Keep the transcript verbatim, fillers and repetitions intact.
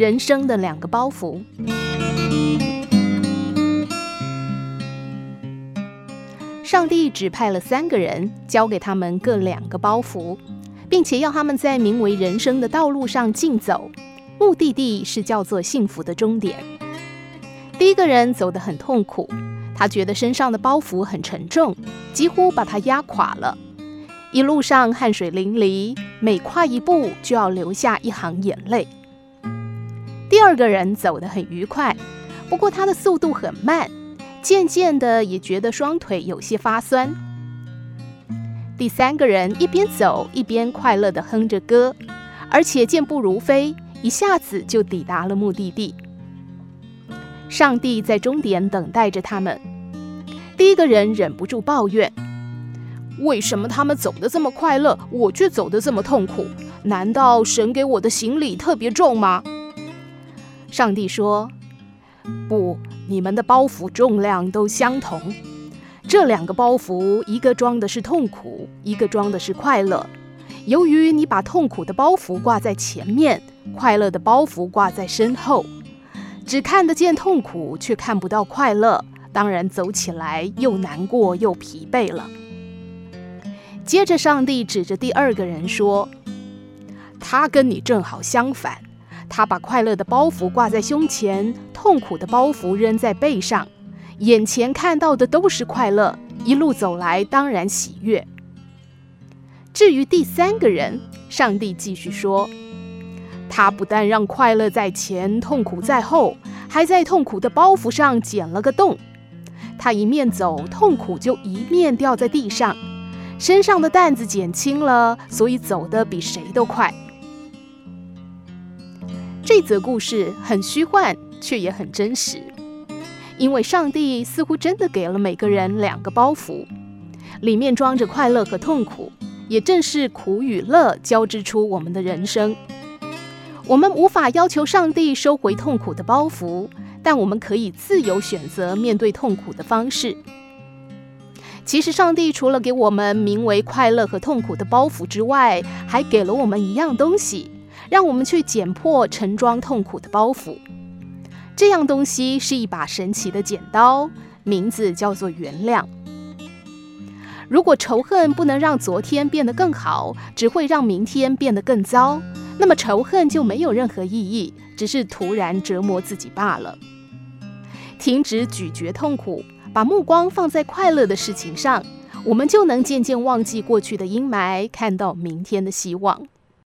人生的两个包袱。上帝指派了三个人，交给他们各两个包袱，并且要他们在名为人生的道路上竞走，目的地是叫做幸福的终点。第一个人走得很痛苦，他觉得身上的包袱很沉重，几乎把他压垮了。一路上汗水淋漓，每跨一步就要流下一行眼泪。第二个人走得很愉快，不过他的速度很慢，渐渐的也觉得双腿有些发酸。第三个人一边走一边快乐地哼着歌，而且健步如飞，一下子就抵达了目的地。上帝在终点等待着他们。第一个人忍不住抱怨，为什么他们走得这么快乐，我却走得这么痛苦？难道神给我的行李特别重吗？上帝说，不，你们的包袱重量都相同。这两个包袱，一个装的是痛苦，一个装的是快乐。由于你把痛苦的包袱挂在前面，快乐的包袱挂在身后，只看得见痛苦，却看不到快乐，当然走起来又难过又疲惫了。接着上帝指着第二个人说，他跟你正好相反，他把快乐的包袱挂在胸前，痛苦的包袱扔在背上，眼前看到的都是快乐，一路走来当然喜悦。至于第三个人，上帝继续说，他不但让快乐在前，痛苦在后，还在痛苦的包袱上剪了个洞。他一面走，痛苦就一面掉在地上，身上的担子减轻了，所以走得比谁都快。这则故事很虚幻，却也很真实，因为上帝似乎真的给了每个人两个包袱，里面装着快乐和痛苦，也正是苦与乐交织出我们的人生。我们无法要求上帝收回痛苦的包袱，但我们可以自由选择面对痛苦的方式。其实上帝除了给我们名为快乐和痛苦的包袱之外，还给了我们一样东西，让我们去剪破盛装痛苦的包袱。这样东西是一把神奇的剪刀，名字叫做原谅。如果仇恨不能让昨天变得更好，只会让明天变得更糟，那么仇恨就没有任何意义，只是徒然折磨自己罢了。停止咀嚼痛苦，把目光放在快乐的事情上，我们就能渐渐忘记过去的阴霾，看到明天的希望。